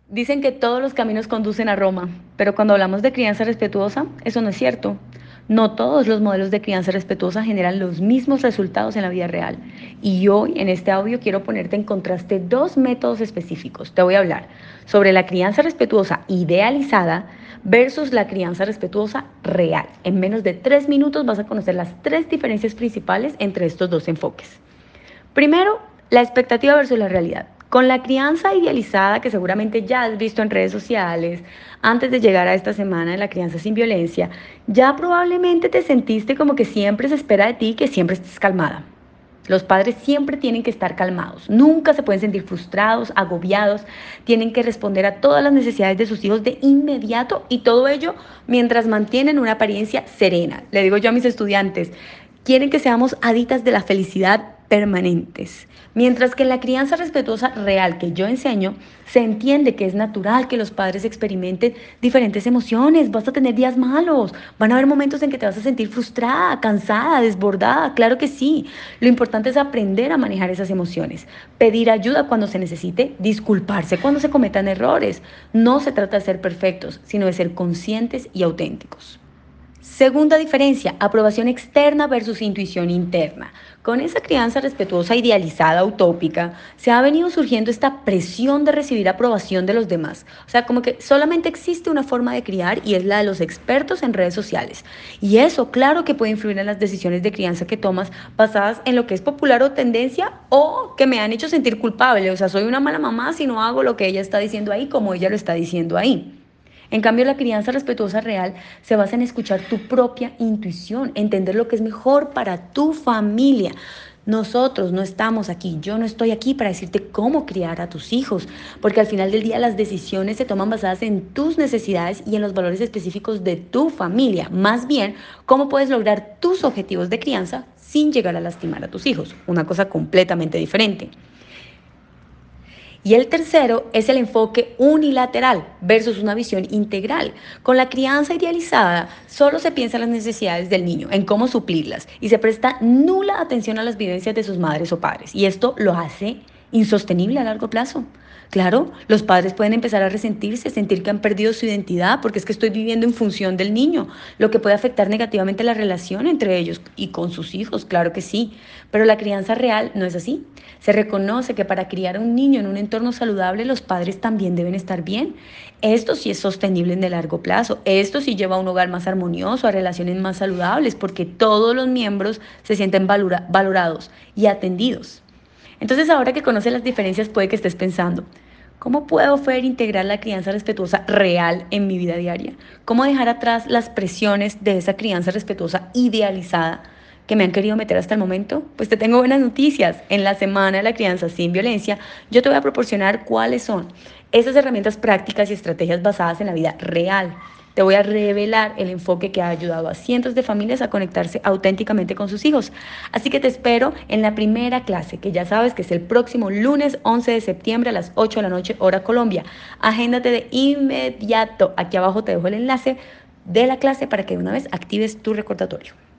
Dicen que todos los caminos conducen a Roma, pero cuando hablamos de crianza respetuosa, eso no es cierto. No todos los modelos de crianza respetuosa generan los mismos resultados en la vida real. Y hoy en este audio quiero ponerte en contraste dos métodos específicos. Te voy a hablar sobre la crianza respetuosa idealizada versus la crianza respetuosa real. En menos de 3 minutos vas a conocer las tres diferencias principales entre estos dos enfoques. Primero, la expectativa versus la realidad. Con la crianza idealizada que seguramente ya has visto en redes sociales, antes de llegar a esta semana de la crianza sin violencia, ya probablemente te sentiste como que siempre se espera de ti que siempre estés calmada. Los padres siempre tienen que estar calmados, nunca se pueden sentir frustrados, agobiados, tienen que responder a todas las necesidades de sus hijos de inmediato y todo ello mientras mantienen una apariencia serena. Le digo yo a mis estudiantes, quieren que seamos adictas de la felicidad permanentes. Mientras que en la crianza respetuosa real que yo enseño, se entiende que es natural que los padres experimenten diferentes emociones. Vas a tener días malos, van a haber momentos en que te vas a sentir frustrada, cansada, desbordada, claro que sí. Lo importante es aprender a manejar esas emociones, pedir ayuda cuando se necesite, disculparse cuando se cometan errores. No se trata de ser perfectos, sino de ser conscientes y auténticos. Segunda diferencia, aprobación externa versus intuición interna. Con esa crianza respetuosa, idealizada, utópica, se ha venido surgiendo esta presión de recibir aprobación de los demás. O sea, como que solamente existe una forma de criar y es la de los expertos en redes sociales. Y eso, claro que puede influir en las decisiones de crianza que tomas basadas en lo que es popular o tendencia o que me han hecho sentir culpable. O sea, soy una mala mamá si no hago lo que ella está diciendo ahí como ella lo está diciendo ahí. En cambio, la crianza respetuosa real se basa en escuchar tu propia intuición, entender lo que es mejor para tu familia. Nosotros no estamos aquí, yo no estoy aquí para decirte cómo criar a tus hijos, porque al final del día las decisiones se toman basadas en tus necesidades y en los valores específicos de tu familia. Más bien, cómo puedes lograr tus objetivos de crianza sin llegar a lastimar a tus hijos. Una cosa completamente diferente. Y el tercero es el enfoque unilateral versus una visión integral. Con la crianza idealizada solo se piensa en las necesidades del niño, en cómo suplirlas, y se presta nula atención a las vivencias de sus madres o padres. Y esto lo hace insostenible a largo plazo. Claro, los padres pueden empezar a resentirse, sentir que han perdido su identidad porque es que estoy viviendo en función del niño, lo que puede afectar negativamente la relación entre ellos y con sus hijos, claro que sí. Pero la crianza real no es así. Se reconoce que para criar a un niño en un entorno saludable los padres también deben estar bien. Esto sí es sostenible en el largo plazo. Esto sí lleva a un hogar más armonioso, a relaciones más saludables, porque todos los miembros se sienten valorados y atendidos. Entonces, ahora que conoces las diferencias, puede que estés pensando, ¿cómo puedo, Fer, integrar la crianza respetuosa real en mi vida diaria? ¿Cómo dejar atrás las presiones de esa crianza respetuosa idealizada que me han querido meter hasta el momento? Pues te tengo buenas noticias. En la semana de la crianza sin violencia, yo te voy a proporcionar cuáles son esas herramientas prácticas y estrategias basadas en la vida real. Te voy a revelar el enfoque que ha ayudado a cientos de familias a conectarse auténticamente con sus hijos. Así que te espero en la primera clase, que ya sabes que es el próximo lunes 11 de septiembre a las 8 de la noche, hora Colombia. Agéndate de inmediato. Aquí abajo te dejo el enlace de la clase para que de una vez actives tu recordatorio.